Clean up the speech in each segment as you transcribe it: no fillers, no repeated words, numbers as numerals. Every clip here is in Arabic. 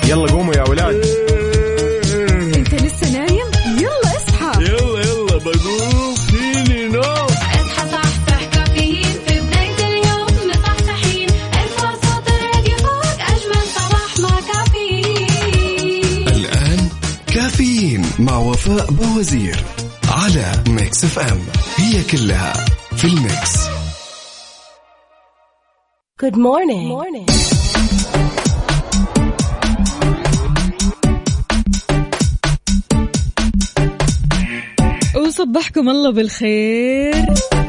يلا قوموا يا ولاد. انت لسه نايم؟ يلا اصحى. يلا بقوم فيني نوم. اصحى صحصح كافيين في بداية اليوم مصحصحين. ارفع صوت الراديو فوق أجمل صباح مع كافيين. الآن كافيين مع وفاء بوزير على ميكس اف ام. هي كلها في الميكس. Good morning. وصبحكم الله بالخير.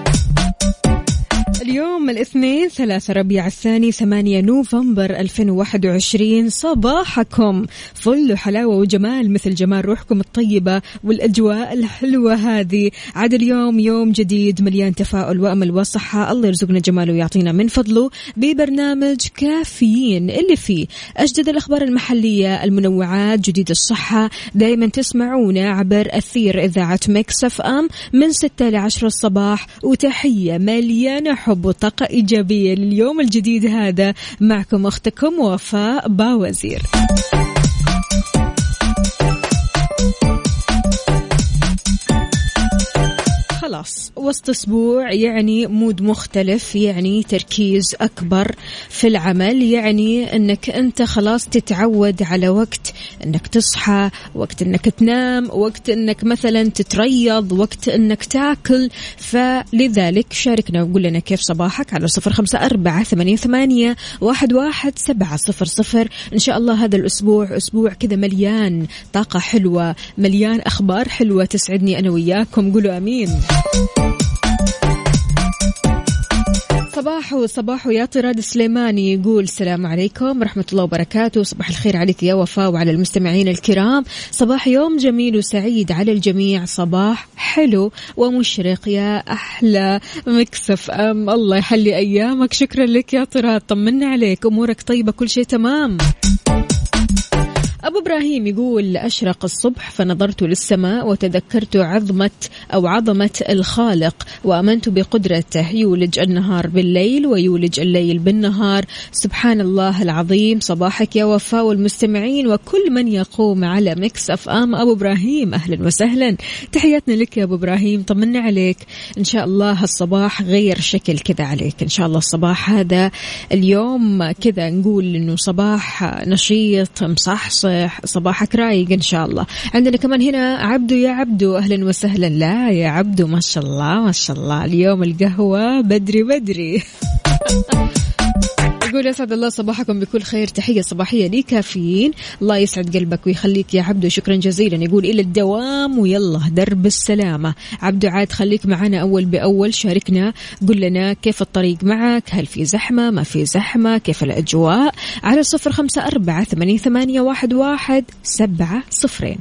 اليوم الاثنين 3 ربيع الثاني 8 نوفمبر 2021. صباحكم فل وحلاوة وجمال مثل جمال روحكم الطيبة والأجواء الحلوة هذه. عاد اليوم يوم جديد مليان تفاؤل وأمل وصحة. الله يرزقنا جماله ويعطينا من فضله ببرنامج كافيين اللي فيه أجدد الأخبار المحلية، المنوعات، جديد الصحة. دايما تسمعونا عبر أثير إذاعة ميكس اف ام من 6 ل 10 الصباح. وتحية مليانة حب وطاقة إيجابية لليوم الجديد هذا. معكم أختكم وفاء باوزير. خلاص وسط أسبوع، يعني مود مختلف، يعني تركيز أكبر في العمل، يعني أنك أنت خلاص تتعود على وقت أنك تصحى، وقت أنك تنام، وقت أنك مثلا تتريض، وقت أنك تاكل. فلذلك شاركنا وقول لنا كيف صباحك على 0548811700. إن شاء الله هذا الأسبوع أسبوع كذا مليان طاقة حلوة، مليان أخبار حلوة تسعدني أنا وياكم. قولوا أمين. صباحو يا طراد سليماني يقول السلام عليكم ورحمة الله وبركاته. صباح الخير عليك يا وفاء وعلى المستمعين الكرام. صباح يوم جميل وسعيد على الجميع. صباح حلو ومشرق يا أحلى مكسف أم. الله يحلي أيامك. شكرا لك يا طراد. طمنا عليك، أمورك طيبة، كل شيء تمام؟ أبو إبراهيم يقول أشرق الصبح فنظرت للسماء وتذكرت عظمة الخالق وأمنت بقدرته. يولج النهار بالليل ويولج الليل بالنهار. سبحان الله العظيم. صباحك يا وفاء والمستمعين وكل من يقوم على ميكس اف ام. أبو إبراهيم أهلا وسهلا، تحياتنا لك يا أبو إبراهيم. طمنا عليك. إن شاء الله الصباح غير شكل كذا عليك. إن شاء الله الصباح هذا اليوم كذا نقول إنه صباح نشيط مصحصح، صباحك رايق إن شاء الله. عندنا كمان هنا عبدو. يا عبدو أهلا وسهلا. لا يا عبدو ما شاء الله ما شاء الله اليوم القهوة بدري. يقول يسعد الله صباحكم بكل خير. تحية صباحية لي كافيين. الله يسعد قلبك ويخليك يا عبدو. شكرا جزيلا. يقول إلى الدوام ويلا درب السلامة. عبدو عاد خليك معنا أول بأول. شاركنا قل لنا كيف الطريق معك، هل في زحمة ما في زحمة، كيف الأجواء على 0548811700.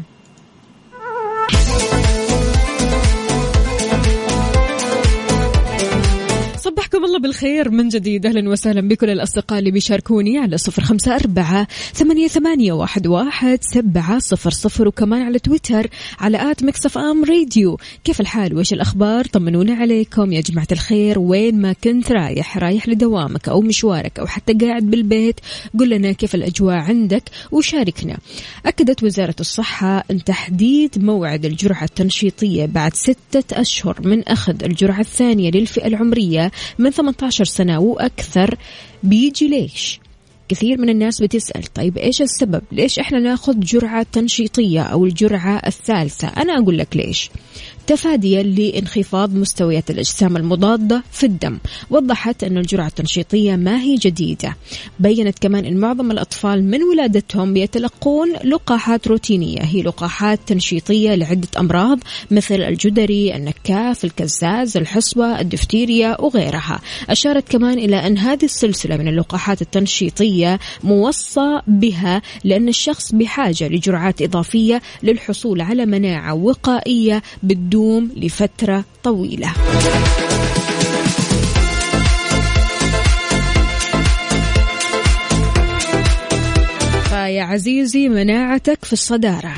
صبحكم الله بالخير من جديد. أهلا وسهلا بكل الأصدقاء اللي بيشاركوني على 0548811700 وكمان على تويتر على @mixfamradio. كيف الحال وإيش الأخبار؟ طمنونا عليكم يا جماعة الخير. وين ما كنت رايح لدوامك أو مشوارك أو حتى قاعد بالبيت، قل لنا كيف الأجواء عندك وشاركنا. أكدت وزارة الصحة أن تحديد موعد الجرعة التنشيطية بعد 6 أشهر من أخذ الجرعة الثانية للفئة العمرية من 18 سنة وأكثر بيجي ليش؟ كثير من الناس بتسأل طيب إيش السبب؟ ليش إحنا ناخذ جرعة تنشيطية أو الجرعة الثالثة؟ أنا أقول لك ليش. تفاديا لانخفاض مستويات الأجسام المضادة في الدم. وضحت أن الجرعة التنشيطية ما هي جديدة. بيّنت كمان أن معظم الأطفال من ولادتهم بيتلقون لقاحات روتينية، هي لقاحات تنشيطية لعدة أمراض مثل الجدري، النكاف، الكزاز، الحصبة، الدفتيريا وغيرها. أشارت كمان إلى أن هذه السلسلة من اللقاحات التنشيطية موصى بها لأن الشخص بحاجة لجرعات إضافية للحصول على مناعة وقائية بتدوم لفترة طويلة. فيا عزيزي مناعتك في الصدارة.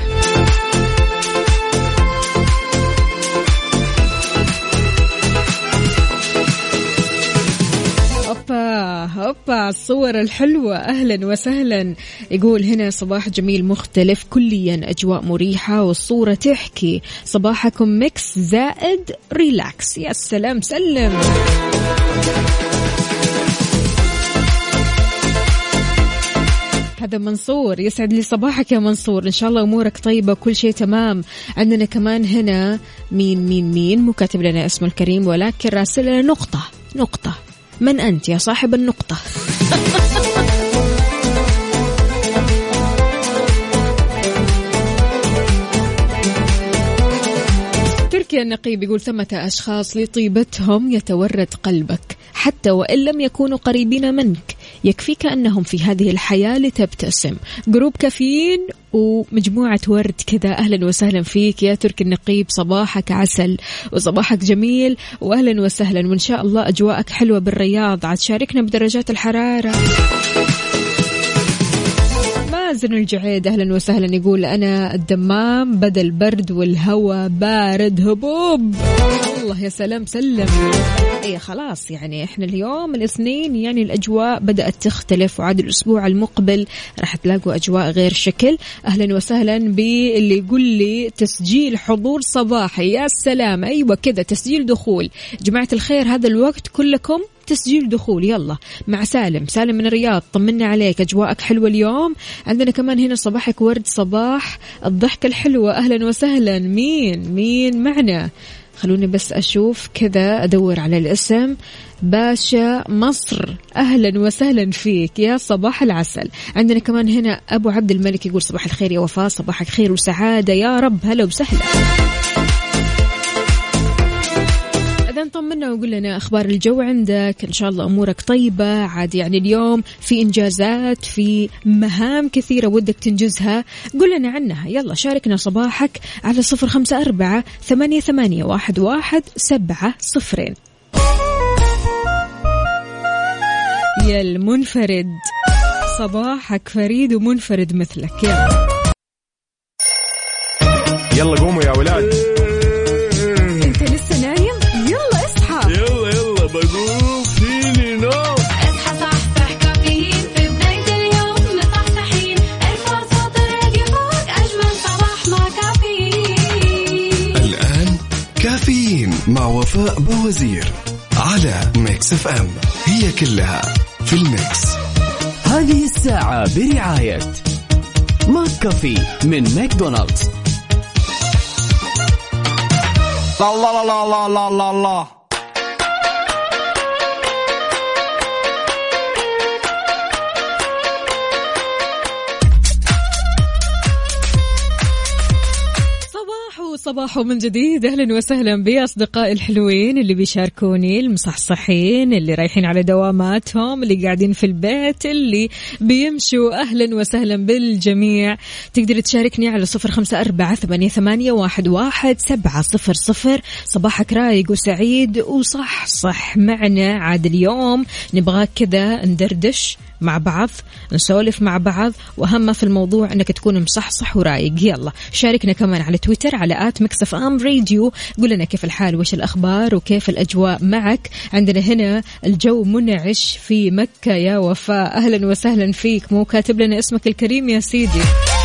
هوبا الصور الحلوة، أهلا وسهلا. يقول هنا صباح جميل مختلف كليا، أجواء مريحة والصورة تحكي صباحكم ميكس زائد ريلاكس. يا سلام سلم. هذا منصور، يسعد لي صباحك يا منصور، إن شاء الله أمورك طيبة كل شيء تمام. عندنا كمان هنا مين مو كاتب لنا اسمه الكريم ولكن راسل نقطة. من أنت يا صاحب النقطة؟ تركي النقيب يقول 8 أشخاص لطيبتهم يتورد قلبك حتى وإن لم يكونوا قريبين منك، يكفيك أنهم في هذه الحياة لتبتسم. جروب كافيين ومجموعة ورد كذا. أهلا وسهلا فيك يا تركي النقيب، صباحك عسل وصباحك جميل وأهلا وسهلا، وإن شاء الله أجواءك حلوة بالرياض. عاد شاركنا بدرجات الحرارة. مازن الجعيد أهلا وسهلا، يقول أنا الدمام بدل برد والهواء بارد هبوب. الله يا سلام سلم. ايه خلاص يعني احنا اليوم الاثنين يعني الأجواء بدأت تختلف، وعاد الأسبوع المقبل راح تلاقوا أجواء غير شكل. أهلا وسهلا باللي يقول لي تسجيل حضور صباحي. يا سلام، أيوة كذا تسجيل دخول. جماعة الخير هذا الوقت كلكم تسجيل دخول. يلا مع سالم من الرياض، طمنا عليك، أجواءك حلوة اليوم. عندنا كمان هنا صباحك ورد، صباح الضحكة الحلوة. أهلا وسهلا. مين معنا؟ خلوني بس أشوف كذا، أدور على الاسم. باشا مصر أهلا وسهلا فيك يا صباح العسل. عندنا كمان هنا أبو عبد الملك يقول صباح الخير يا وفاء، صباحك خير وسعادة يا رب. هلا وسهلا. إذن طمنا وقول لنا أخبار الجو عندك، إن شاء الله أمورك طيبة. عاد يعني اليوم في إنجازات، في مهام كثيرة ودك تنجزها، قول لنا عنها. يلا شاركنا صباحك على 0548811700. يا المنفرد، صباحك فريد ومنفرد مثلك. يلا قوموا يا ولاد. انت لسه نايم؟ يلا اصحى. يلا بقوم فيني نوم. اصحى صحصح كافيين في بداية اليوم مصحصحين، ارفع صوت الراديو فوق أجمل صباح مع كافيين. الآن كافيين مع وفاء بوزير على ميكس اف ام، هي كلها في الميكس. هذه الساعة برعاية ماك كافي من ماكدونالدز. الله. صباح من جديد. أهلا وسهلا بأصدقائي الحلوين اللي بيشاركوني، المصحصحين اللي رايحين على دواماتهم، اللي قاعدين في البيت، اللي بيمشوا. أهلا وسهلا بالجميع. تقدر تشاركني على 0548811700. صباحك رايق وسعيد وصح معنا. عاد اليوم نبغاك كذا ندردش مع بعض، نسولف مع بعض، وأهم ما في الموضوع أنك تكون مصحصح ورايق. يلا شاركنا كمان على تويتر على @mixfmradio. قول لنا كيف الحال وإيش الأخبار وكيف الأجواء معك. عندنا هنا الجو منعش في مكة يا وفاء، أهلا وسهلا فيك. مو كاتب لنا اسمك الكريم يا سيدي.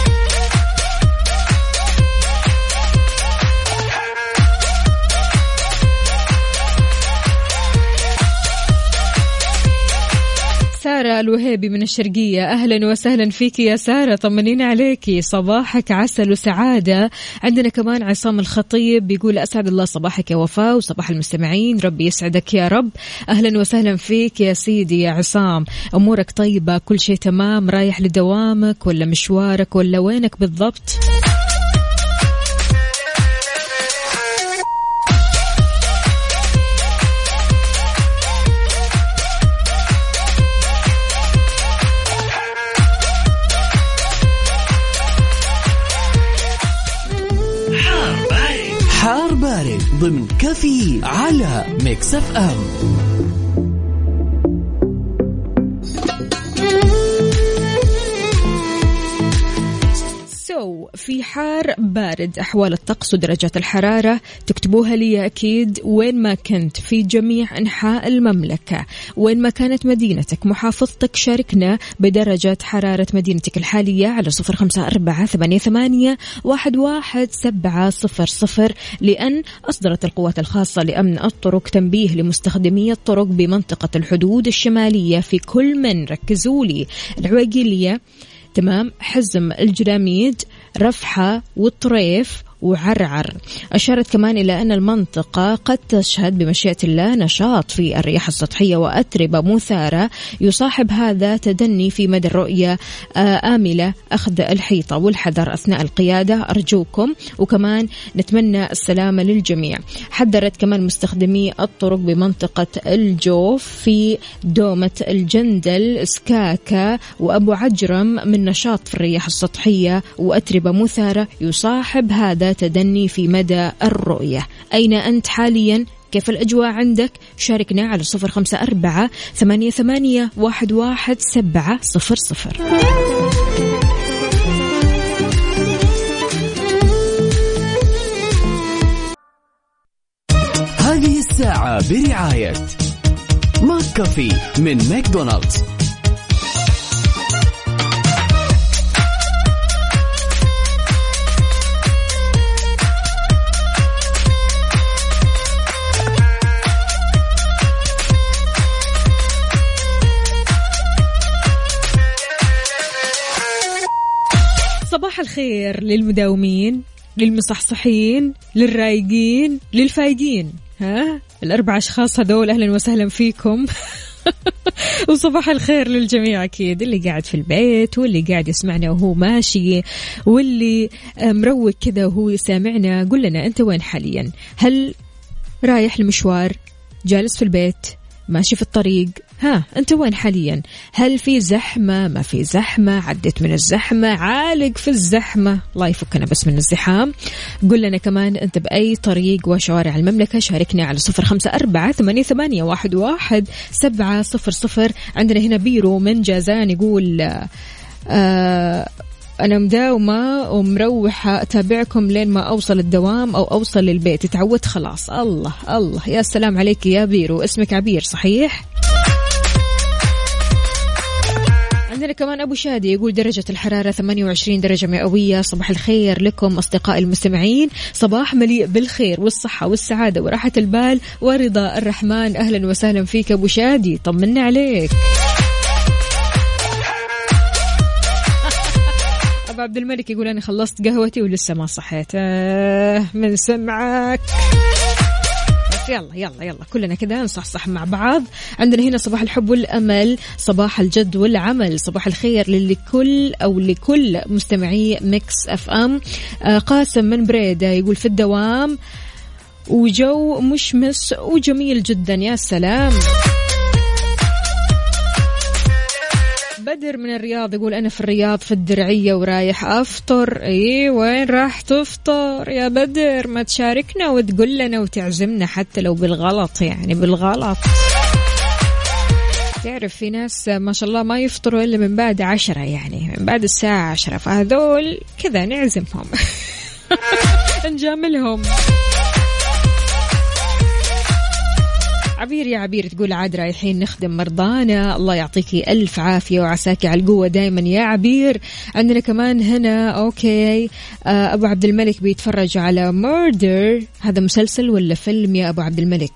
سارة الوهيبي من الشرقية، أهلا وسهلا فيك يا سارة، طمنين عليكي، صباحك عسل وسعادة. عندنا كمان عصام الخطيب بيقول أسعد الله صباحك يا وفاء وصباح المستمعين، ربي يسعدك يا رب. أهلا وسهلا فيك يا سيدي يا عصام، أمورك طيبة كل شيء تمام؟ رايح لدوامك ولا مشوارك ولا وينك بالضبط؟ حار بارد ضمن كافيين على ميكس اف ام. الجو في حار بارد، أحوال الطقس ودرجات الحرارة تكتبوها لي أكيد وين ما كنت في جميع أنحاء المملكة، وين ما كانت مدينتك محافظتك، شاركنا بدرجة حرارة مدينتك الحالية على 0548811700 لأن أصدرت القوات الخاصة لأمن الطرق تنبيه لمستخدمي الطرق بمنطقة الحدود الشمالية في كل من ركزوا لي العويقيلية، تمام، حزم الجراميد، رفحة والطريف وعرعر. أشارت كمان إلى أن المنطقة قد تشهد بمشيئة الله نشاط في الرياح السطحية وأتربة مثارة، يصاحب هذا تدني في مدى الرؤية، آملة أخذ الحيطة والحذر أثناء القيادة أرجوكم، وكمان نتمنى السلامة للجميع. حذرت كمان مستخدمي الطرق بمنطقة الجوف في دومة الجندل، سكاكا وأبو عجرم من نشاط في الرياح السطحية وأتربة مثارة، يصاحب هذا تدني في مدى الرؤية. أين أنت حاليا؟ كيف الأجواء عندك؟ شاركنا على 0548811700. هذه الساعة برعاية ماك كافي من ماكدونالدز. صباح الخير للمداومين، للمصحصحين، للرايقين، للفايقين، ها الأربع أشخاص هذول أهلا وسهلا فيكم. وصباح الخير للجميع أكيد، اللي قاعد في البيت واللي قاعد يسمعنا وهو ماشي واللي مروق كذا وهو يسامعنا. قل لنا أنت وين حاليا؟ هل رايح المشوار؟ جالس في البيت؟ ماشي في الطريق؟ ها أنت وين حاليا؟ هل في زحمة؟ ما في زحمة؟ عدت من الزحمة؟ عالق في الزحمة؟ الله يفكنا بس من الزحام. قل لنا كمان أنت بأي طريق وشوارع المملكة. شاركنا على 0548811700. عندنا هنا بيرو من جازان يقول أنا مداومة ومروحة أتابعكم لين ما أوصل الدوام أو أوصل للبيت، تعودت خلاص. الله الله، يا سلام عليك يا بيرو، اسمك عبير صحيح؟ عندنا كمان أبو شادي يقول درجة الحرارة 28 درجة مئوية. صباح الخير لكم أصدقائي المستمعين، صباح مليء بالخير والصحة والسعادة وراحة البال ورضا الرحمن. أهلا وسهلا فيك أبو شادي، طمنا عليك. أبو عبد الملك يقول أنا خلصت قهوتي ولسه ما صحيت. من سمعك. يلا يلا يلا كلنا كذا نصحصح مع بعض. عندنا هنا صباح الحب والأمل، صباح الجد والعمل، صباح الخير لكل مستمعي ميكس اف ام. قاسم من بريدة يقول في الدوام وجو مشمس وجميل جدا. يا سلام. بدر من الرياض يقول أنا في الرياض في الدرعية ورايح أفطر. إيه وين راح تفطر يا بدر؟ ما تشاركنا وتقول لنا وتعزمنا حتى لو بالغلط، يعني بالغلط. تعرف في ناس ما شاء الله ما يفطروا إلا من بعد 10، يعني من بعد الساعة 10، فهذول كذا نعزمهم. نجاملهم. عبير يا عبير تقول عاد رايحين نخدم مرضانا. الله يعطيكي ألف عافية وعساكي على القوة دايما يا عبير. عندنا كمان هنا أوكي أبو عبد الملك بيتفرج على ميردر. هذا مسلسل ولا فيلم يا أبو عبد الملك؟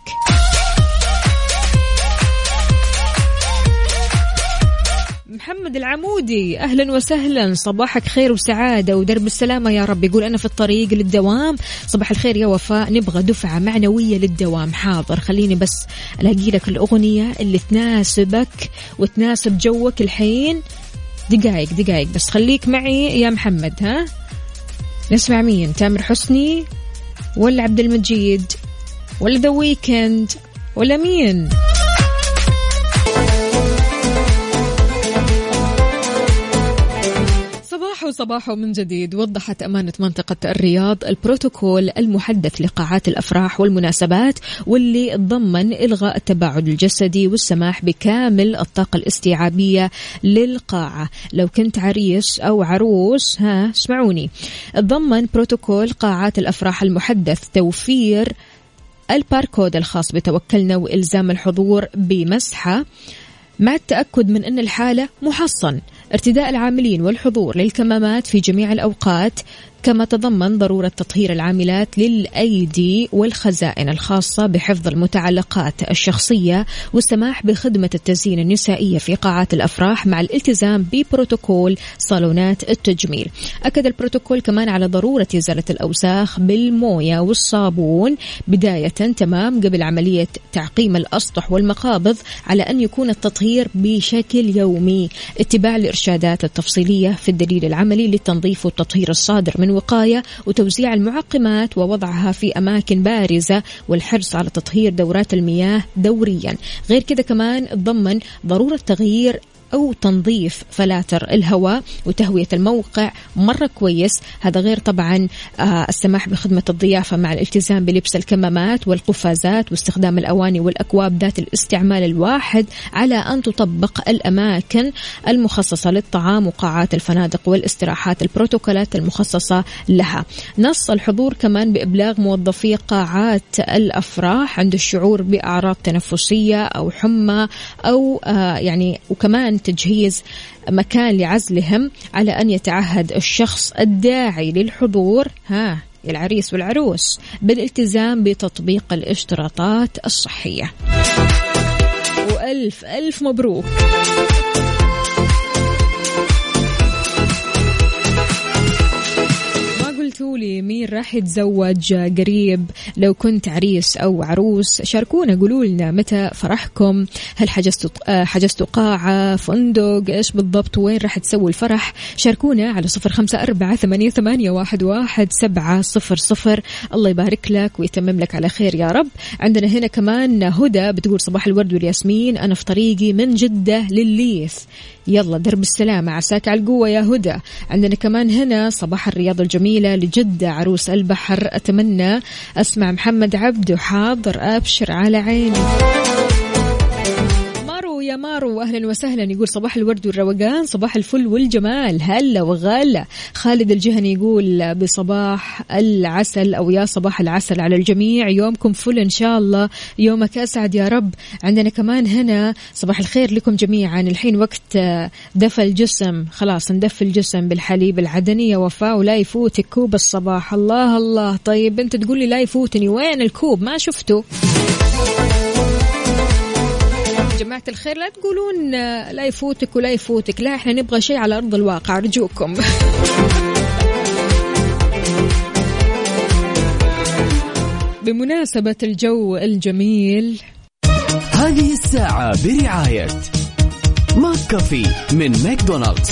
محمد العمودي أهلا وسهلا، صباحك خير وسعادة ودرب السلامة يا رب. يقول أنا في الطريق للدوام. صباح الخير يا وفاء، نبغى دفعة معنوية للدوام. حاضر، خليني بس ألاقي لك الأغنية اللي تناسبك وتناسب جوك الحين. دقايق بس خليك معي يا محمد. ها نسمع مين؟ تامر حسني ولا عبد المجيد ولا ذا ويكند ولا مين؟ صباحو من جديد. وضحت أمانة منطقة الرياض البروتوكول المحدث لقاعات الأفراح والمناسبات واللي تضمن إلغاء التباعد الجسدي والسماح بكامل الطاقة الاستيعابية للقاعة. لو كنت عريس أو عروس اسمعوني، تضمن بروتوكول قاعات الأفراح المحدث توفير الباركود الخاص بتوكلنا وإلزام الحضور بمسحة مع التأكد من أن الحالة محصن، ارتداء العاملين والحضور للكمامات في جميع الأوقات، كما تضمن ضرورة تطهير العاملات للأيدي والخزائن الخاصة بحفظ المتعلقات الشخصية والسماح بخدمة التزيين النسائية في قاعات الأفراح مع الالتزام ببروتوكول صالونات التجميل. أكد البروتوكول كمان على ضرورة إزالة الأوساخ بالموية والصابون بداية تمام قبل عملية تعقيم الأسطح والمقابض، على أن يكون التطهير بشكل يومي، اتباع الإرشادات التفصيلية في الدليل العملي للتنظيف والتطهير الصادر من وقاية، وتوزيع المعقمات ووضعها في أماكن بارزة، والحرص على تطهير دورات المياه دوريا. غير كده كمان تضمن ضرورة تغيير أو تنظيف فلاتر الهواء وتهوية الموقع مرة كويس. هذا غير طبعا السماح بخدمة الضيافة مع الالتزام بلبس الكمامات والقفازات واستخدام الأواني والأكواب ذات الاستعمال الواحد، على أن تطبق الأماكن المخصصة للطعام وقاعات الفنادق والاستراحات البروتوكولات المخصصة لها. نص الحضور كمان بإبلاغ موظفي قاعات الأفراح عند الشعور بأعراض تنفسية أو حمى أو وكمان تجهيز مكان لعزلهم، على أن يتعهد الشخص الداعي للحضور العريس والعروس بالالتزام بتطبيق الاشتراطات الصحية. وألف ألف مبروك. قولي مين راح يتزوج قريب؟ لو كنت عريس أو عروس شاركونا، قولوا لنا متى فرحكم، هل حجزتوا قاعة، فندق، إيش بالضبط، وين راح تسووا الفرح؟ شاركونا على 0548811700. الله يبارك لك ويتمم لك على خير يا رب. عندنا هنا كمان هدى بتقول صباح الورد والياسمين، أنا في طريقي من جدة للليث، يلا درب السلامة، عساك على القوة يا هدى. عندنا كمان هنا صباح الرياض الجميلة لجدة عروس البحر، أتمنى أسمع محمد عبده، حاضر أبشر على عيني. يا مارو أهلا وسهلا، يقول صباح الورد والروقان، صباح الفل والجمال، هلا وغلا. خالد الجهني يقول بصباح العسل أو يا صباح العسل على الجميع، يومكم فل إن شاء الله، يومك أسعد يا رب. عندنا كمان هنا صباح الخير لكم جميعا، الحين وقت دفى الجسم، خلاص ندفي الجسم بالحليب العدني يا وفاء، ولا يفوتك كوب الصباح. الله الله، طيب أنت تقولي لا يفوتني، وين الكوب؟ ما شفته جماعة الخير، لا تقولون لا يفوتك ولا يفوتك، لا احنا نبغى شيء على أرض الواقع أرجوكم. بمناسبة الجو الجميل، هذه الساعة برعاية ماك كافي من ماكدونالدز.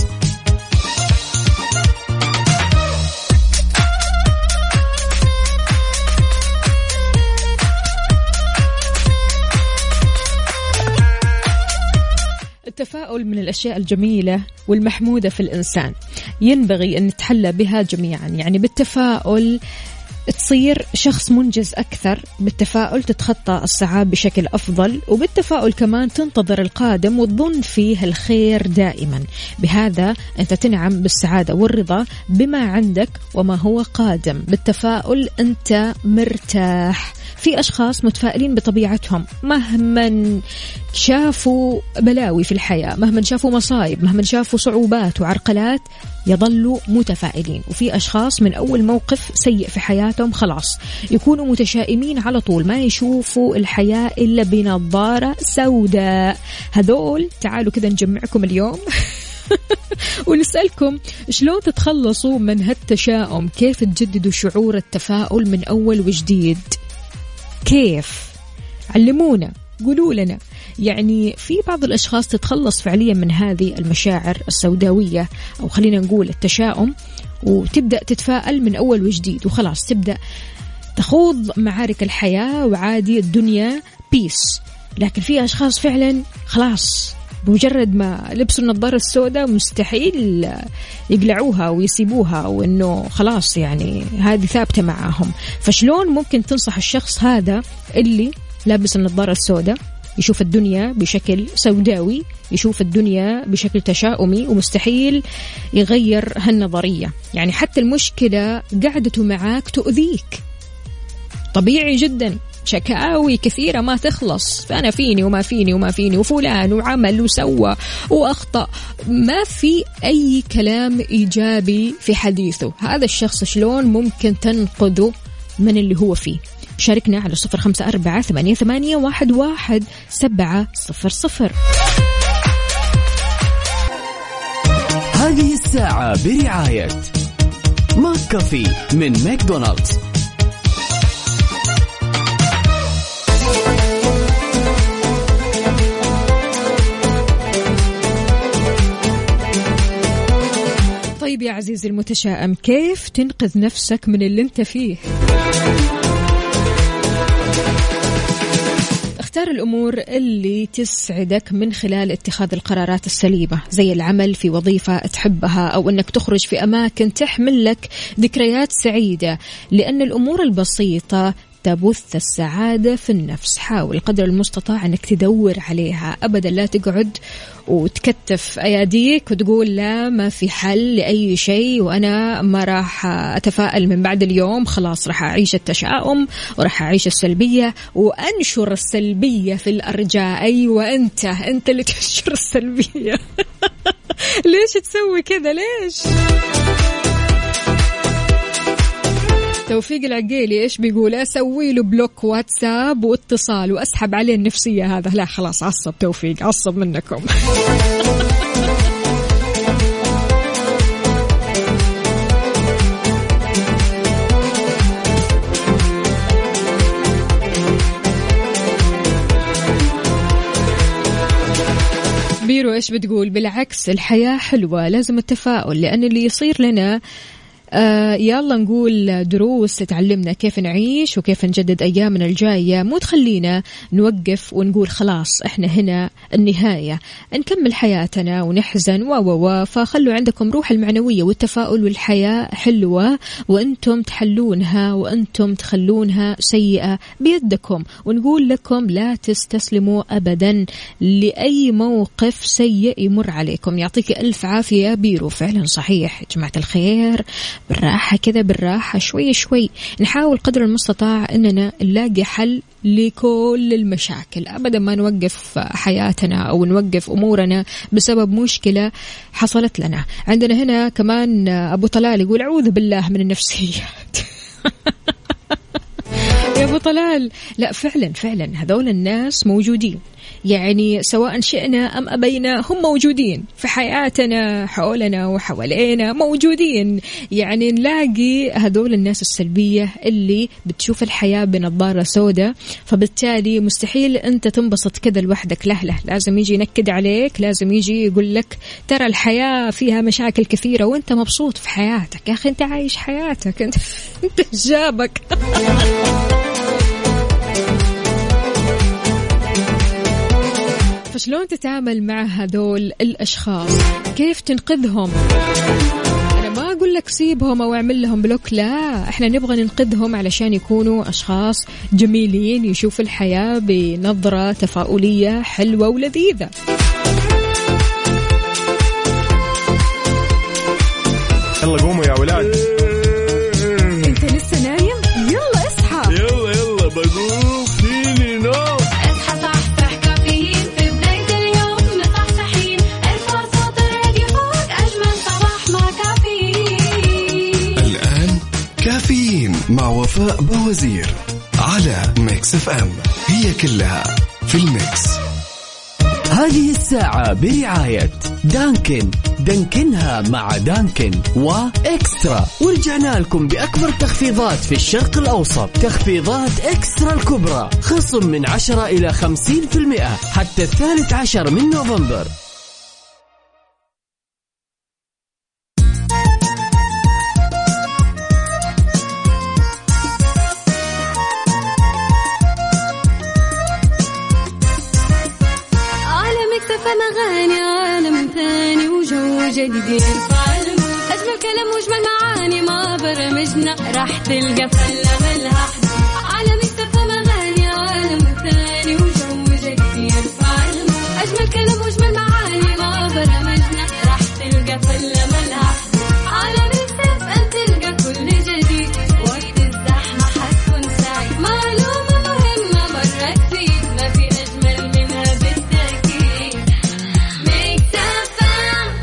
التفاؤل من الأشياء الجميلة والمحمودة في الإنسان، ينبغي أن نتحلى بها جميعا. يعني بالتفاؤل تصير شخص منجز أكثر، بالتفاؤل تتخطى الصعاب بشكل أفضل، وبالتفاؤل كمان تنتظر القادم وتظن فيه الخير دائما. بهذا أنت تنعم بالسعادة والرضا بما عندك وما هو قادم. بالتفاؤل أنت مرتاح. في أشخاص متفائلين بطبيعتهم، مهما شافوا بلاوي في الحياة، مهما شافوا مصايب، مهما شافوا صعوبات وعرقلات، يظلوا متفائلين. وفي أشخاص من أول موقف سيء في حياتهم خلاص يكونوا متشائمين على طول، ما يشوفوا الحياة إلا بنظارة سوداء. هذول تعالوا كذا نجمعكم اليوم ونسألكم شلون تتخلصوا من هالتشاؤم، كيف تجددوا شعور التفاؤل من أول وجديد، كيف؟ علمونا، قولوا لنا. يعني في بعض الأشخاص تتخلص فعليا من هذه المشاعر السوداوية، أو خلينا نقول التشاؤم، وتبدأ تتفائل من أول وجديد، وخلاص تبدأ تخوض معارك الحياة وعادي الدنيا بيس. لكن في أشخاص فعلا خلاص بمجرد ما لبسوا النظارة السوداء مستحيل يقلعوها ويسيبوها، وإنه خلاص يعني هذه ثابتة معاهم. فشلون ممكن تنصح الشخص هذا اللي لابس النظارة السوداء يشوف الدنيا بشكل سوداوي، يشوف الدنيا بشكل تشاؤمي، ومستحيل يغير هالنظرية؟ يعني حتى المشكلة قعدته معاك تؤذيك، طبيعي جدا، شكاوي كثيرة ما تخلص، فأنا فيني وما فيني وما فيني وفلان وعمل وسوى وأخطأ، ما في أي كلام إيجابي في حديثه. هذا الشخص شلون ممكن تنقذه من اللي هو فيه؟ شاركنا على 0548811700. هذه الساعة برعاية ماك كافي من ماكدونالدز. طيب يا عزيزي المتشائم، كيف تنقذ نفسك من اللي انت فيه؟ اختار الأمور اللي تسعدك من خلال اتخاذ القرارات السليمة، زي العمل في وظيفة تحبها أو أنك تخرج في أماكن تحمل لك ذكريات سعيدة، لأن الأمور البسيطة تبث السعادة في النفس. حاول قدر المستطاع أنك تدور عليها، أبدا لا تقعد وتكتف أياديك وتقول لا ما في حل لأي شيء وأنا ما راح أتفائل من بعد اليوم، خلاص راح أعيش التشاؤم وراح أعيش السلبية وأنشر السلبية في الأرجاء. أيوة أنت اللي تنشر السلبية. ليش تسوي كذا؟ ليش؟ توفيق العقيلي إيش بيقول؟ أسوي له بلوك واتساب واتصال وأسحب عليه النفسية. هذا لا خلاص، عصب توفيق، عصب منكم. بيرو إيش بتقول؟ بالعكس الحياة حلوة، لازم التفاؤل، لأن اللي يصير لنا يلا نقول دروس تعلمنا كيف نعيش وكيف نجدد أيامنا الجاية، مو تخلينا نوقف ونقول خلاص إحنا هنا النهاية، نكمل حياتنا ونحزن فخلوا عندكم روح المعنوية والتفاؤل، والحياة حلوة وأنتم تحلونها وأنتم تخلونها سيئة بيدكم. ونقول لكم لا تستسلموا أبدا لأي موقف سيء يمر عليكم. يعطيك ألف عافية يا بيرو. فعلا صحيح يا جماعة الخير، بالراحة كذا، بالراحة شوي شوي، نحاول قدر المستطاع أننا نلاقي حل لكل المشاكل. أبدا ما نوقف حياتنا أو نوقف أمورنا بسبب مشكلة حصلت لنا. عندنا هنا كمان أبو طلال يقول أعوذ بالله من النفسيات. يا أبو طلال، لا فعلا هذول الناس موجودين، يعني سواء شئنا أم أبينا هم موجودين في حياتنا، حولنا وحوالينا موجودين. يعني نلاقي هذول الناس السلبية اللي بتشوف الحياة بنظارة سوداء، فبالتالي مستحيل أنت تنبسط كذا لوحدك. لا لازم يجي ينكد عليك، لازم يجي يقول لك ترى الحياة فيها مشاكل كثيرة وأنت مبسوط في حياتك. يا أخي أنت عايش حياتك، أنت جابك. فشلون تتعامل مع هذول الأشخاص؟ كيف تنقذهم؟ أنا ما أقول لك سيبهم أو أعمل لهم بلوك، لا، إحنا نبغى ننقذهم علشان يكونوا أشخاص جميلين، يشوفوا الحياة بنظرة تفاؤلية حلوة ولذيذة. يلا قوموا يا ولاد. أنت لسه نايم؟ يلا اصحى. يلا بقوم فيني نوم. اصحى صحصح كافيين في بداية اليوم مصحصحين، ارفع صوت الراديو فوق أجمل صباح مع كافيين. الآن كافيين مع وفاء بوزير على ميكس اف ام، هي كلها في الميكس. هذه الساعة برعاية دانكن، دانكنها مع دانكن وإكسترا. ورجعنا لكم بأكبر تخفيضات في الشرق الأوسط، تخفيضات إكسترا الكبرى، خصم من 10 إلى 50% حتى 13 من نوفمبر. على ميكس اف ام كلام مجمل معاني ما برمجنا راح تلقى فلة ملها على مكتب أغاني عالم ثاني وجو جديد يرفع أجمل كلام مجمل معاني ما برمجنا راح تلقى فلة ملها على مكتب أن تلقى كل جديد وقت الزحمة حتكون سعيد معلومة مهمة مرة تفيد ما في أجمل منها بالتأكيد ميكس أف أم.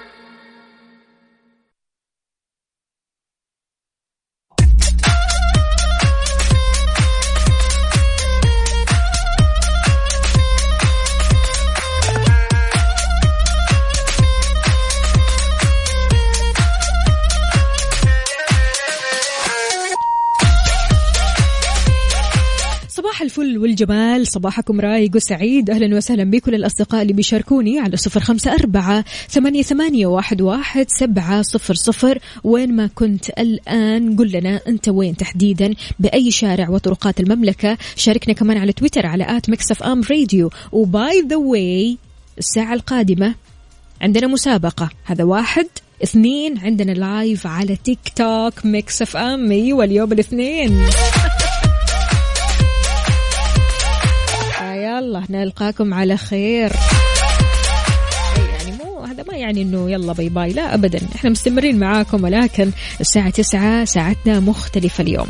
صباح الفل والجمال، صباحكم رايق وسعيد. أهلا وسهلا بكل الأصدقاء اللي بيشاركوني على 0548811700. وين ما كنت الآن قل لنا أنت وين تحديدا، بأي شارع وطرقات المملكة. شاركنا كمان على تويتر على @mixfmradio. وباي ذا واي الساعة القادمة عندنا مسابقة، هذا 1. 2 عندنا لايف على تيك توك ميكس اف ام. ايوه اليوم الاثنين. يلا نلقاكم على خير. يعني مو هذا ما يعني انه يلا باي باي، لا ابدا، احنا مستمرين معاكم، ولكن الساعة 9 ساعتنا مختلفة اليوم.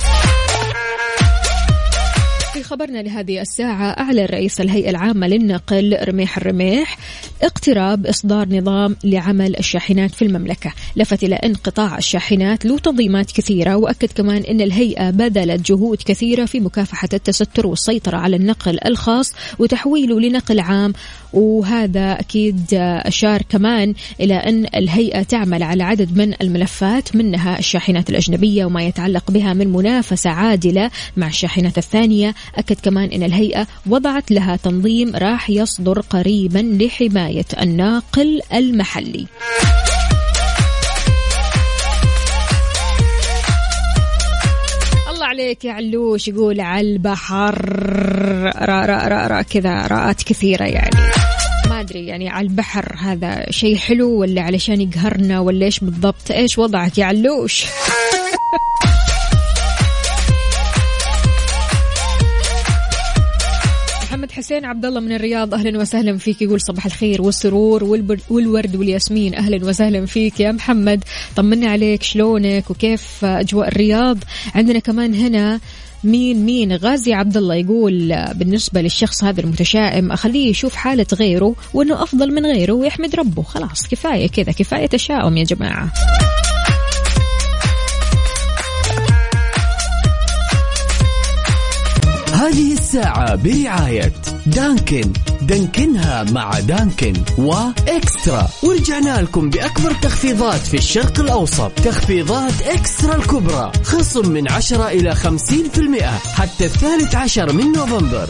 في خبرنا لهذه الساعة، أعلن رئيس الهيئة العامة للنقل رميح الرميح اقتراب إصدار نظام لعمل الشاحنات في المملكة. لفت إلى أن قطاع الشاحنات له تنظيمات كثيرة، وأكد كمان أن الهيئة بذلت جهود كثيرة في مكافحة التستر والسيطرة على النقل الخاص وتحويله لنقل عام. وهذا أكيد أشار كمان إلى أن الهيئة تعمل على عدد من الملفات، منها الشاحنات الأجنبية وما يتعلق بها من منافسة عادلة مع الشاحنات الثانية. أكد كمان أن الهيئة وضعت لها تنظيم راح يصدر قريبا لحماية الناقل المحلي. الله عليك يا علوش، يقول على البحر را كذا راءات كثيرة، يعني ما أدري يعني على البحر هذا شيء حلو ولا علشان يقهرنا ولا إيش بالضبط؟ إيش وضعك يا علوش؟ محمد حسين عبد الله من الرياض، أهلا وسهلا فيك، يقول صباح الخير والسرور والورد والياسمين. أهلا وسهلا فيك يا محمد، طمنا عليك، شلونك وكيف أجواء الرياض؟ عندنا كمان هنا مين غازي عبد الله، يقول بالنسبة للشخص هذا المتشائم أخليه يشوف حالة غيره وأنه أفضل من غيره ويحمد ربه، خلاص كفاية كذا، كفاية تشاؤم يا جماعة. هذه الساعة برعاية دانكن، دانكنها مع دانكن وإكسترا. ورجعنا لكم بأكبر تخفيضات في الشرق الأوسط، تخفيضات إكسترا الكبرى، خصم من 10 إلى 50% حتى 13 من نوفمبر.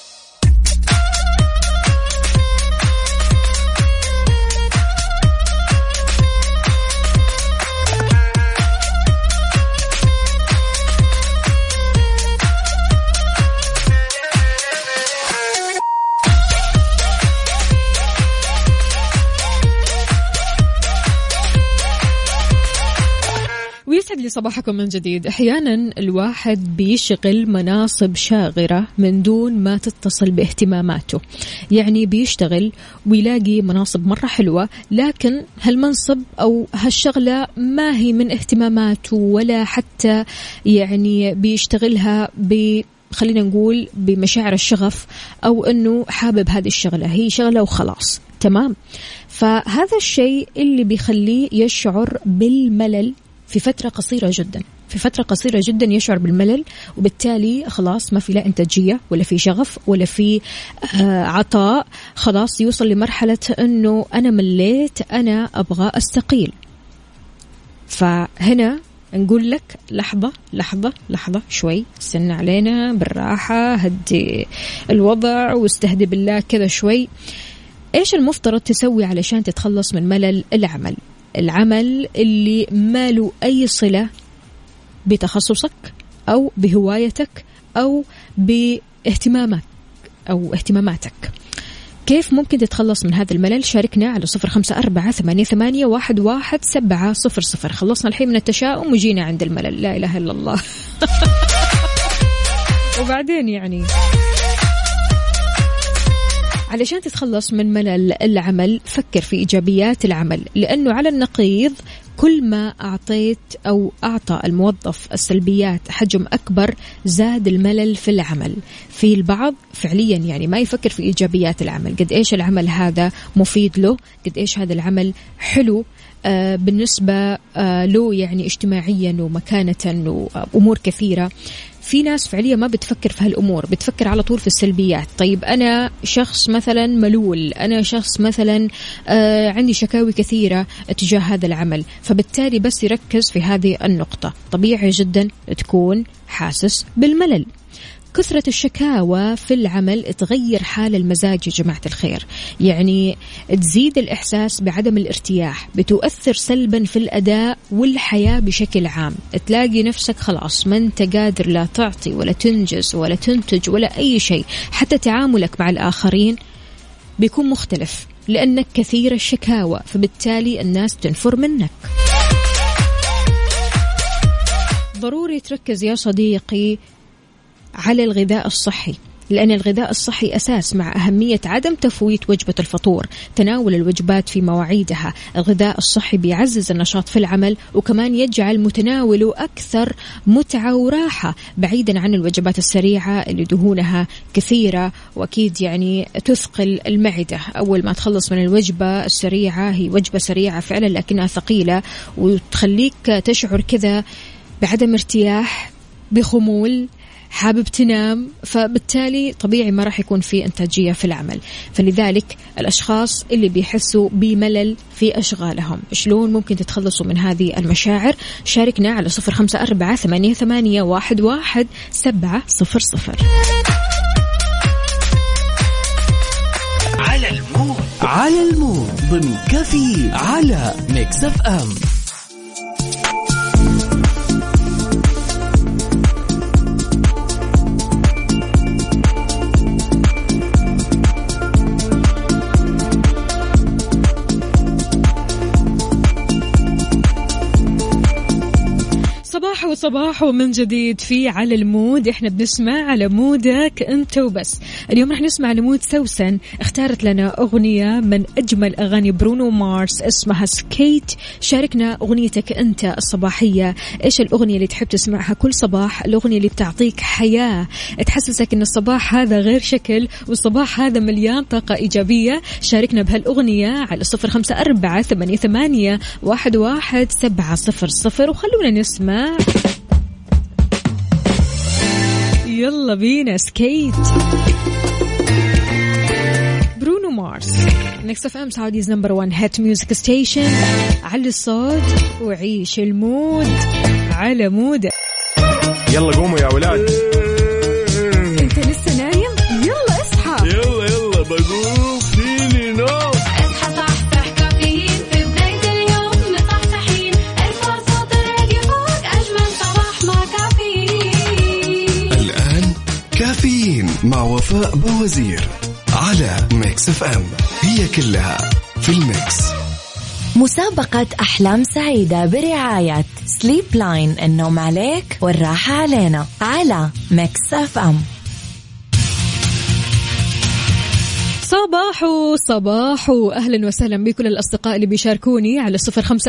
يسعد لي صباحكم من جديد. أحيانا الواحد بيشغل مناصب شاغرة من دون ما تتصل باهتماماته، يعني بيشتغل ويلاقي مناصب مرة حلوة، لكن هالمنصب أو هالشغلة ما هي من اهتماماته ولا حتى يعني بيشتغلها خلينا نقول بمشاعر الشغف، أو أنه حابب هذه الشغلة، هي شغلة وخلاص، تمام. فهذا الشيء اللي بيخليه يشعر بالملل في فترة قصيرة جدا، في فترة قصيرة جدا يشعر بالملل، وبالتالي خلاص ما في لا إنتاجية ولا في شغف ولا في عطاء، خلاص يوصل لمرحلة أنه أنا مليت، أنا أبغى أستقيل. فهنا نقول لك لحظة لحظة لحظة، شوي استنى علينا بالراحة، هدي الوضع واستهدي بالله كذا شوي. إيش المفترض تسوي علشان تتخلص من ملل العمل اللي ما له أي صلة بتخصصك أو بهوايتك أو باهتمامك أو اهتماماتك؟ كيف ممكن تتخلص من هذا الملل؟ شاركنا على 0548811700. خلصنا الحين من التشاؤم وجينا عند الملل. لا إله إلا الله. وبعدين يعني علشان تتخلص من ملل العمل فكر في إيجابيات العمل، لأنه على النقيض كل ما أعطيت أو أعطى الموظف السلبيات حجم أكبر زاد الملل في العمل. في البعض فعليا يعني ما يفكر في إيجابيات العمل، قد إيش العمل هذا مفيد له، قد إيش هذا العمل حلو بالنسبة له يعني اجتماعيا ومكانة وأمور كثيرة. في ناس فعليا ما بتفكر في هالأمور، بتفكر على طول في السلبيات. طيب أنا شخص مثلا ملول، أنا شخص مثلا عندي شكاوي كثيرة تجاه هذا العمل، فبالتالي بس يركز في هذه النقطة. طبيعي جدا تكون حاسس بالملل. كثرة الشكاوى في العمل تغير حال المزاج يا جماعة الخير، يعني تزيد الإحساس بعدم الارتياح، بتؤثر سلبا في الأداء والحياة بشكل عام. تلاقي نفسك خلاص ما انت قادر لا تعطي ولا تنجز ولا تنتج ولا أي شيء، حتى تعاملك مع الآخرين بيكون مختلف لأنك كثير الشكاوى، فبالتالي الناس تنفر منك. ضروري تركز يا صديقي على الغذاء الصحي، لأن الغذاء الصحي أساس، مع أهمية عدم تفويت وجبة الفطور، تناول الوجبات في مواعيدها. الغذاء الصحي بيعزز النشاط في العمل، وكمان يجعل متناوله أكثر متعة وراحة، بعيدا عن الوجبات السريعة اللي دهونها كثيرة وأكيد يعني تثقل المعدة. أول ما تخلص من الوجبة السريعة، هي وجبة سريعة فعلا لكنها ثقيلة وتخليك تشعر كذا بعدم ارتياح، بخمول، حابب تنام، فبالتالي طبيعي ما راح يكون في إنتاجية في العمل. فلذلك الأشخاص اللي بيحسوا بملل في أشغالهم، شلون ممكن تتخلصوا من هذه المشاعر؟ شاركنا على 0548811700. على المود ضمن كافيين على ميكس اف ام. صباح من جديد في على المود. احنا بنسمع على مودك انت وبس. اليوم رح نسمع على مود سوسن، اختارت لنا اغنية من اجمل اغاني برونو مارس اسمها سكيت. شاركنا اغنيتك انت الصباحية، ايش الاغنية اللي تحب تسمعها كل صباح، الاغنية اللي بتعطيك حياة، تحسسك ان الصباح هذا غير شكل والصباح هذا مليان طاقة ايجابية. شاركنا بهالاغنية على 0548811700 وخلونا نسمع. يلا بينا سكيت، برونو مارس. ميكس اف ام سعوديز نمبر 1 هيت ميوزك ستيشن. علي الصوت وعيش المود على مودك. يلا قوموا يا ولاد. انت لسه نايم؟ يلا اصحى. يلا بقوم فيني نوم. اصحى صحصح كافيين في بداية اليوم مصحصحين. ارفع صوت الراديو فوق أجمل صباح مع كافيين. الآن كافيين مع وفاء بوزير على ميكس اف ام، هي كلها في الميكس. مسابقة أحلام سعيدة برعاية سليب لاين، النوم عليك والراحة علينا، على ميكس اف ام. صباح أهلا وسهلا بكل الأصدقاء اللي بيشاركوني على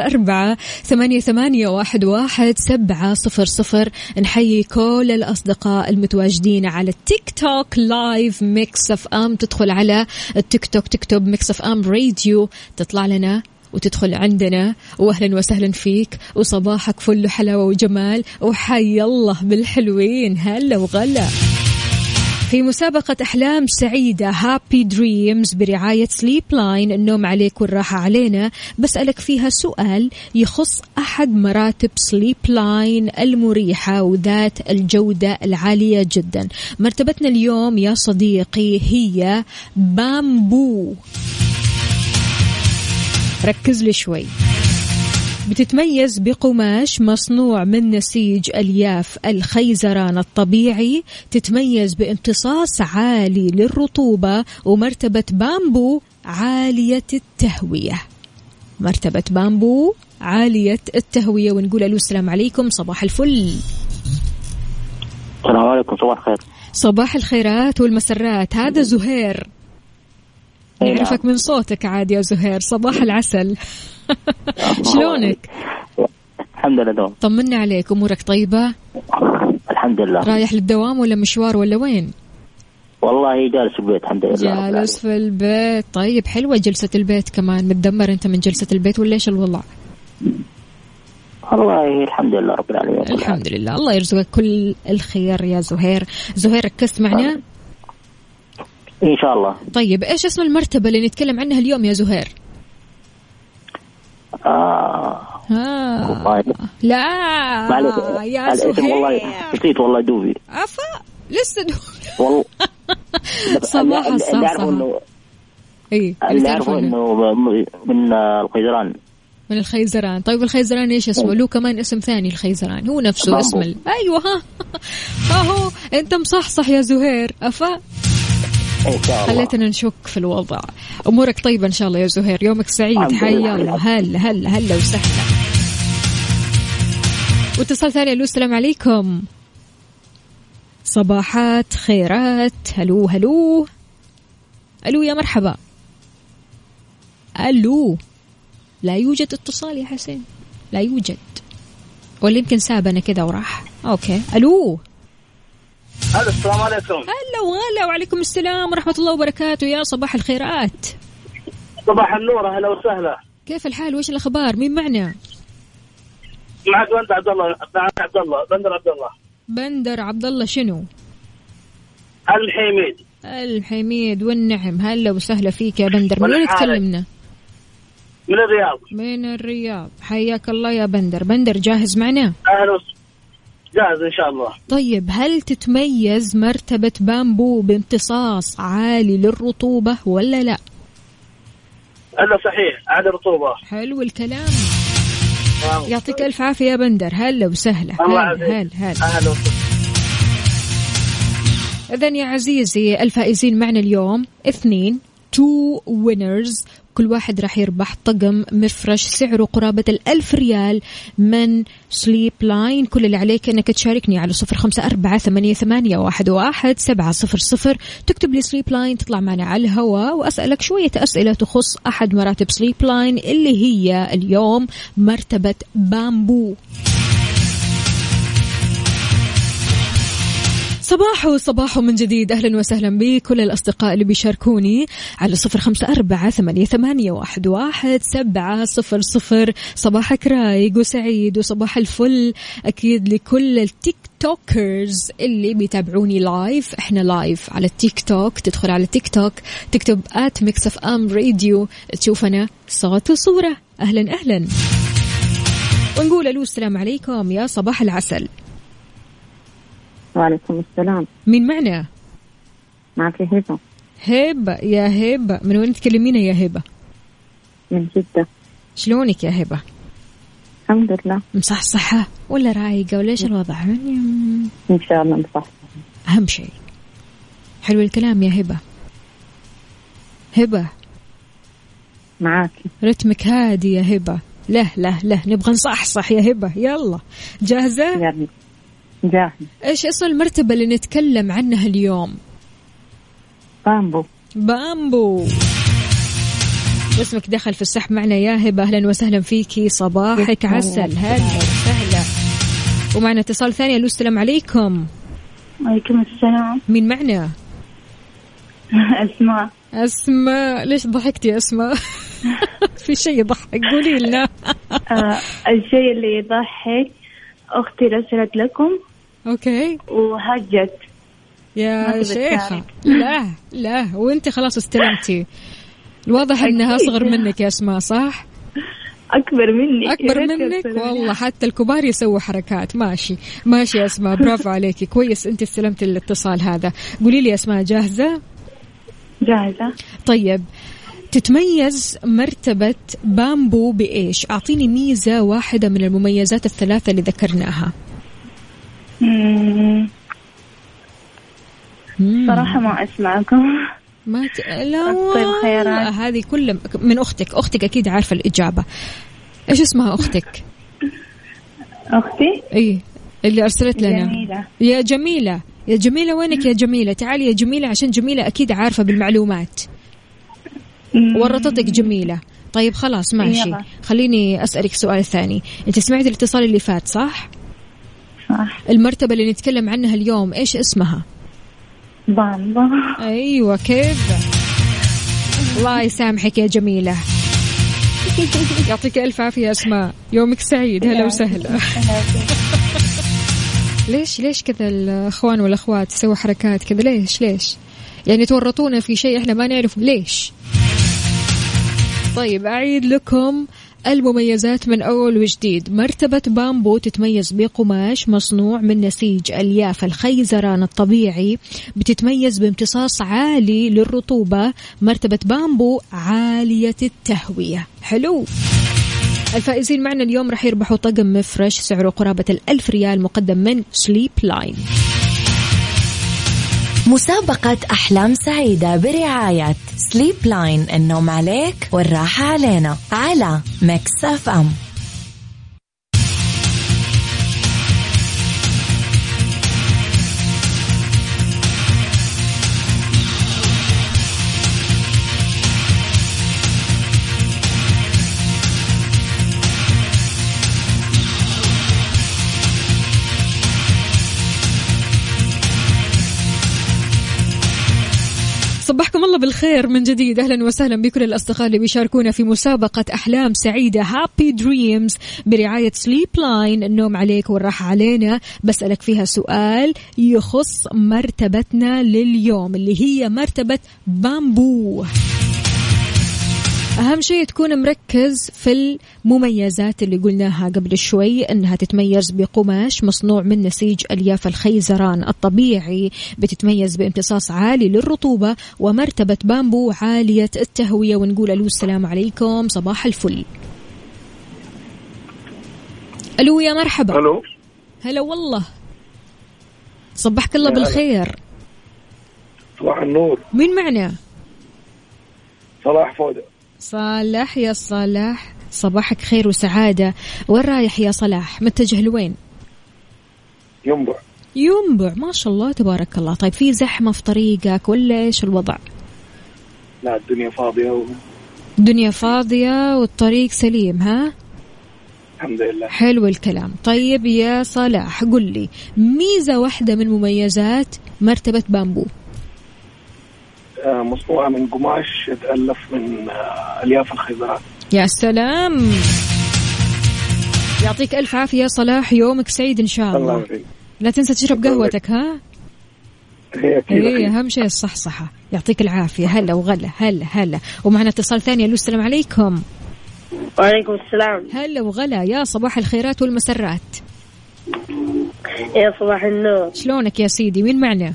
0548811700. نحيي كل الأصدقاء المتواجدين على التيك توك لايف ميكس اف ام. تدخل على التيك توك تكتب ميكس اف ام راديو، تطلع لنا وتدخل عندنا، وأهلا وسهلا فيك، وصباحك فل حلاوة وجمال، وحي الله بالحلوين. هلا وغلا في مسابقة أحلام سعيدة هابي دريمز برعاية سليب لاين، النوم عليك والراحة علينا. بسألك فيها سؤال يخص أحد مراتب سليب لاين المريحة وذات الجودة العالية جدا. مرتبتنا اليوم يا صديقي هي بامبو. ركز لي شوي. بتتميز بقماش مصنوع من نسيج ألياف الخيزران الطبيعي، تتميز بامتصاص عالي للرطوبة، ومرتبة بامبو عالية التهوية. مرتبة بامبو عالية التهوية. ونقول ألو السلام عليكم، صباح الفل. السلام عليكم، صباح الخير. صباح الخيرات والمسرات. هذا زهير، نعرفك من صوتك عادي يا زهير. صباح العسل. شلونك؟ الحمد لله. طمنا عليك، أمورك طيبة؟ الحمد لله. رايح للدوام ولا مشوار ولا وين؟ والله جالس في البيت الحمد لله. جالس في البيت. طيب حلوة جلسة البيت كمان. متدمر أنت من جلسة البيت ولا إيش الوضع؟ والله الحمد لله رب العالمين. الحمد لله، الله يرزقك كل الخير يا زهير. زهير ركزت معنا؟ إن شاء الله. طيب إيش اسم المرتبة اللي نتكلم عنها اليوم يا زهير؟ لا يا زهير والله نسيت والله دوبي. عفا لسه دوبي والله. صباح الصباح. إيه اللي أعرفه إنه من الخيزران. من الخيزران. طيب الخيزران إيش اسمه؟ له كمان اسم ثاني الخيزران، هو نفسه بامبو. اسم أيوة ها هو أنت مصحصح يا زهير. أفا خليتنا نشك في الوضع. أمورك طيبة إن شاء الله يا زهير، يومك سعيد. حيا الله. هلا وسهلا. واتصال ثاني. ألو السلام عليكم، صباحات خيرات. هلو يا مرحبا. ألو، لا يوجد اتصال يا حسين، لا يوجد، ولا يمكن سابنا كذا وراح. أوكي. ألو السلام عليكم. هلا وغلا. وعليكم السلام ورحمة الله وبركاته. يا صباح الخيرات. صباح النور، أهلا وسهلا. كيف الحال وإيش الأخبار؟ مين معنا؟ معك بندر عبد الله. بندر عبد الله. بندر عبد الله شنو؟ الحميد والنعم. هلا وسهلا فيك يا بندر. من وين تكلمنا؟ من الرياض. حياك الله يا بندر. بندر جاهز معنا؟ أهلا. جاهز إن شاء الله. طيب هل تتميز مرتبة بامبو بامتصاص عالي للرطوبة ولا لا؟ صحيح، عالي الرطوبة. حلو الكلام. يعطيك ألف عافية يا بندر. هلا وسهلا. هلا. إذن يا عزيزي الفائزين معنا اليوم 2 winners، كل واحد راح يربح طقم مفرش سعره قرابة 1000 ريال من سليب لاين. كل اللي عليك أنك تشاركني على 0548811700. تكتب لي سليب لاين، تطلع معنا على الهواء وأسألك شوية أسئلة تخص أحد مراتب سليب لاين اللي هي اليوم مرتبة بامبو. صباحو من جديد. أهلا وسهلا بكل الأصدقاء اللي بيشاركوني على 0548811700. صباحك رايق وسعيد وصباح الفل أكيد لكل التيك توكرز اللي بيتابعوني لايف. احنا لايف على التيك توك. تدخل على التيك توك تكتب @mixfmradio تشوفنا صوت وصورة. أهلا. ونقول ألو السلام عليكم، يا صباح العسل. وعليكم السلام. مين معنا؟ معك هبة. يا هبة، من وين تكلمين يا هبة؟ من جدة. شلونك يا هبة؟ الحمد لله. مصحصحة ولا رايقة ولا ايش الوضع؟ ان شاء الله مصحصحة، اهم شيء. حلو الكلام يا هبة. معاك. رتمك هادي يا هبة. لا نبغى نصحصح يا هبة. يلا جاهزة؟ يلا جاهز. ايش اسم المرتبة اللي نتكلم عنها اليوم؟ بامبو. اسمك دخل في السحب معنا يا هبة. أهلا وسهلا فيكي، صباحك عسل. هلا وسهلا. ومعنا اتصال ثاني. ألو السلام عليكم. وعليكم السلام. مين معنا؟ أسماء. ليش ضحكتي يا أسماء؟ في شيء يضحك، قولي لنا. الشيء اللي يضحك أختي رسلت لكم. أوكي. وهجت يا شيخة. لا وانت خلاص استلمتي. الواضح انها اصغر منك يا اسماء، صح؟ اكبر منك والله حتى الكبار يسووا حركات. ماشي يا اسماء، برافو عليكي، كويس انت استلمتي الاتصال هذا. قولي لي يا اسماء، جاهزة؟ جاهزة. طيب تتميز مرتبة بامبو بإيش؟ أعطيني ميزة واحدة من المميزات الثلاثة اللي ذكرناها. صراحة ما أسمعكم. لا هذه كلها من أختك أكيد عارفة الإجابة. إيش اسمها أختك؟ أختي؟ إيه اللي أرسلت لنا. جميلة. يا جميلة، يا جميلة وينك يا جميلة؟ تعالي يا جميلة عشان جميلة أكيد عارفة بالمعلومات. ورطتك جميلة. طيب خلاص ماشي، خليني أسألك سؤال ثاني. أنت سمعت الاتصال اللي فات صح؟ صح. المرتبة اللي نتكلم عنها اليوم إيش اسمها؟ بامبو. أيوة كذا. الله يسامحك يا جميلة. يعطيك ألف عافية أسماء، يومك سعيد. هلا وسهلا. ليش كذا الأخوان والأخوات سووا حركات كذا؟ ليش يعني تورطونا في شيء إحنا ما نعرف ليش؟ طيب أعيد لكم المميزات من أول وجديد. مرتبة بامبو تتميز بقماش مصنوع من نسيج ألياف الخيزران الطبيعي، بتتميز بامتصاص عالي للرطوبة. مرتبة بامبو عالية التهوية. حلو. الفائزين معنا اليوم رح يربحوا طقم مفرش سعره قرابة 1000 ريال مقدم من سليب لاين. مسابقة أحلام سعيدة برعاية سليب لاين، النوم عليك والراحة علينا، على ميكس اف ام. صبحكم الله بالخير من جديد. أهلا وسهلا بكل الأصدقاء اللي بيشاركونا في مسابقة أحلام سعيدة هابي دريمز برعاية سليب لاين، النوم عليك والراحة علينا. بسألك فيها سؤال يخص مرتبتنا لليوم اللي هي مرتبة بامبو. أهم شيء تكون مركز في المميزات اللي قلناها قبل شوي، أنها تتميز بقماش مصنوع من نسيج ألياف الخيزران الطبيعي، بتتميز بامتصاص عالي للرطوبة، ومرتبة بامبو عالية التهوية. ونقول ألو السلام عليكم، صباح الفل. ألو يا مرحبا. ألو. هلا والله، صبحك الله بالخير. صباح النور. مين معنا؟ صلاح فودة. صالح يا صلاح، صباحك خير وسعادة. وين رايح يا صلاح؟ متجه لوين؟ ينبع. ما شاء الله تبارك الله. طيب في زحمة في طريقك ولا إيش الوضع؟ لا الدنيا فاضية الدنيا فاضية والطريق سليم. ها الحمد لله. حلو الكلام. طيب يا صلاح قل لي ميزة واحدة من مميزات مرتبة بامبو. مصنوعة من قماش يتألف من ألياف الخيزران. يا سلام، يعطيك ألف عافية يا صلاح، يومك سعيد إن شاء الله. لا تنسى تشرب قهوتك. ها هي أهم شيء الصحصحة. يعطيك العافية. هلا وغلا. هلا ومعنا اتصال ثاني. ألو السلام عليكم. وعليكم السلام. هلا وغلا، يا صباح الخيرات والمسرات. يا صباح النور. شلونك يا سيدي؟ مين معنا؟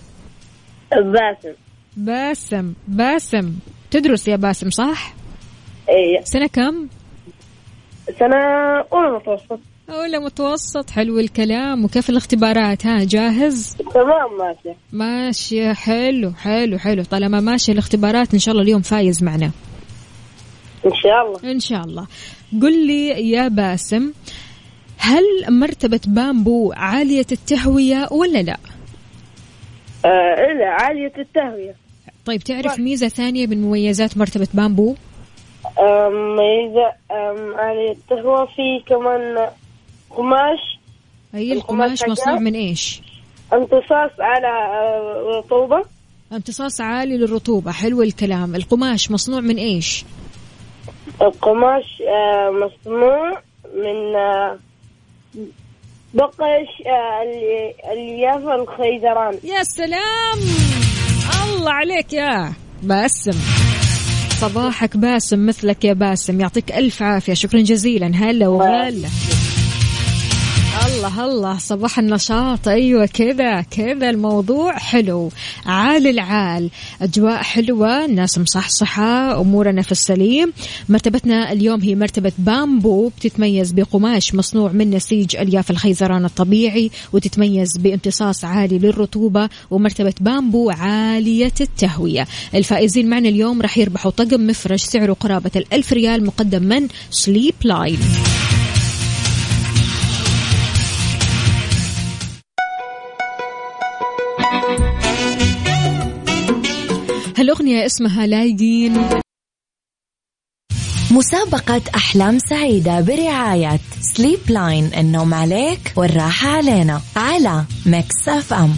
باسم. تدرس يا باسم صح؟ ايه. سنة كم؟ سنة أولى متوسط. حلو الكلام. وكيف الاختبارات؟ ها جاهز؟ تمام ماشي. حلو. طالما ماشي الاختبارات إن شاء الله اليوم فايز معنا إن شاء الله. قل لي يا باسم، هل مرتبة بامبو عالية التهوية ولا لا؟ لا عالية التهوية. طيب تعرف ميزة ثانية من مميزات مرتبة بامبو؟ ميزة عالية التهوية، في كمان قماش. أي القماش مصنوع من إيش؟ امتصاص على رطوبة. امتصاص عالي للرطوبة. حلو الكلام. القماش مصنوع من إيش؟ القماش مصنوع من بقش الياف الخيزران. يا سلام، الله عليك يا باسم. صباحك باسم مثلك يا باسم، يعطيك ألف عافية. شكرا جزيلا. هلا وغلا. الله الله صباح النشاط. أيوة كذا الموضوع حلو، عال العال، أجواء حلوة، الناس مصحصحة، أمورنا في السليم. مرتبتنا اليوم هي مرتبة بامبو، بتتميز بقماش مصنوع من نسيج ألياف الخيزران الطبيعي، وتتميز بامتصاص عالي للرطوبة، ومرتبة بامبو عالية التهوية. الفائزين معنا اليوم رح يربحوا طقم مفرش سعره قرابة 1000 ريال مقدم من سليب لاين. هالأغنية اسمها لايقين. مسابقة أحلام سعيدة برعاية سليب لاين، النوم عليك والراحة علينا، على ميكس اف ام.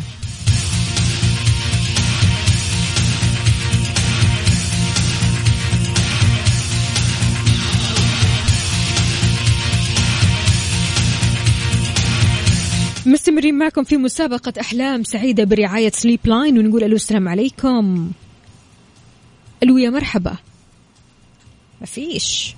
مستمرين معكم في مسابقة أحلام سعيدة برعاية سليب لاين، ونقول ألو السلام عليكم. ألو يا مرحبا. مفيش.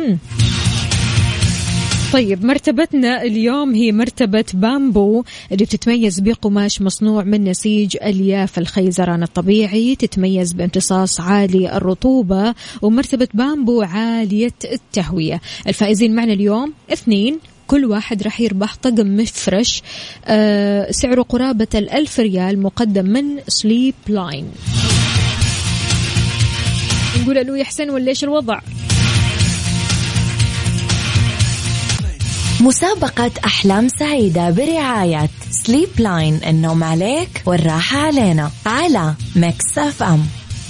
طيب مرتبتنا اليوم هي مرتبة بامبو، اللي بتتميز بقماش مصنوع من نسيج ألياف الخيزران الطبيعي، تتميز بامتصاص عالي الرطوبة، ومرتبة بامبو عالية التهوية. الفائزين معنا اليوم 2، كل واحد رح يربح طقم مفرش سعره قرابة 1000 ريال مقدم من سليب لاين. نقول ألو يا حسين ولا إيش الوضع؟ مسابقة أحلام سعيدة برعاية سليب لاين، النوم عليك والراحة علينا، على ميكس اف ام.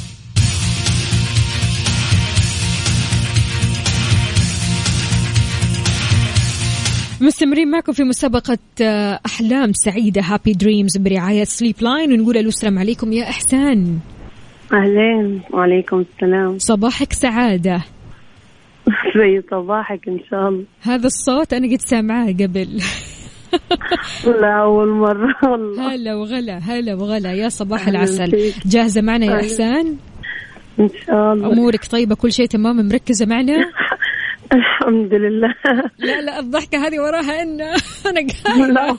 مستمرين معكم في مسابقة أحلام سعيدة هابي دريمز برعاية سليب لاين، ونقول ألو السلام عليكم يا إحسان. أهلين. وعليكم السلام. صباحك سعادة. زي صباحك إن شاء الله. هذا الصوت أنا قد سامعاه قبل. لا أول مرة. هلا وغلا يا صباح العسل. جاهزة معنا يا إحسان؟ إن شاء الله. أمورك طيبة، كل شيء تمام، مركزة معنا؟ الحمد لله. لا الضحكة هذه وراها أنا قاعدة. لا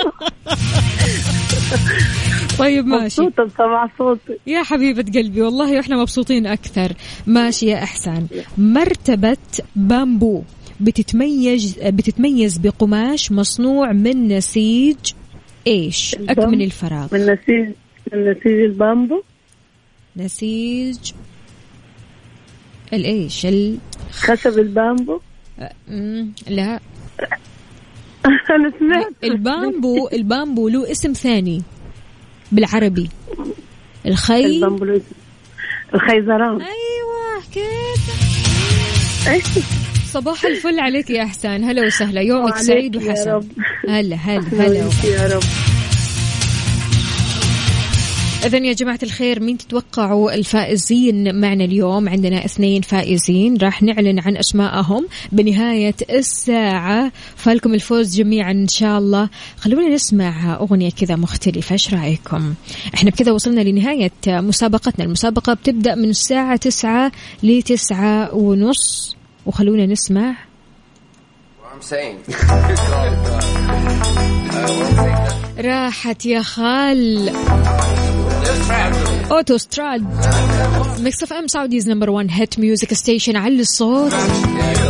طيب ماشي. مبسوطة بسمع صوتي يا حبيبة قلبي، والله وإحنا مبسوطين أكثر. ماشي يا إحسان. مرتبة بامبو بتتميز بقماش مصنوع من نسيج إيش؟ أكمل الفراغ. من نسيج البامبو. نسيج الإيش؟ خشب البامبو. لا أنا سمعت. البامبو له اسم ثاني بالعربي. البامبو الخيزران. أيوة كيف. صباح الفل عليك يا إحسان، هلا وسهلا، يومك سعيد وحسن. هلا يا رب. إذن يا جماعة الخير، مين تتوقعوا الفائزين معنا اليوم؟ عندنا 2 فائزين راح نعلن عن أسماءهم بنهاية الساعة، فالكم الفوز جميعا إن شاء الله. خلونا نسمع أغنية كذا مختلفة، إيش رأيكم؟ إحنا بكذا وصلنا لنهاية مسابقتنا. المسابقة بتبدأ من الساعة 9 ل9:30، وخلونا نسمع. راحت يا خال أوتوستراد. ميكس اف ام سعوديز نمبر 1 هيت ميوزك ستيشن. علي الصوت.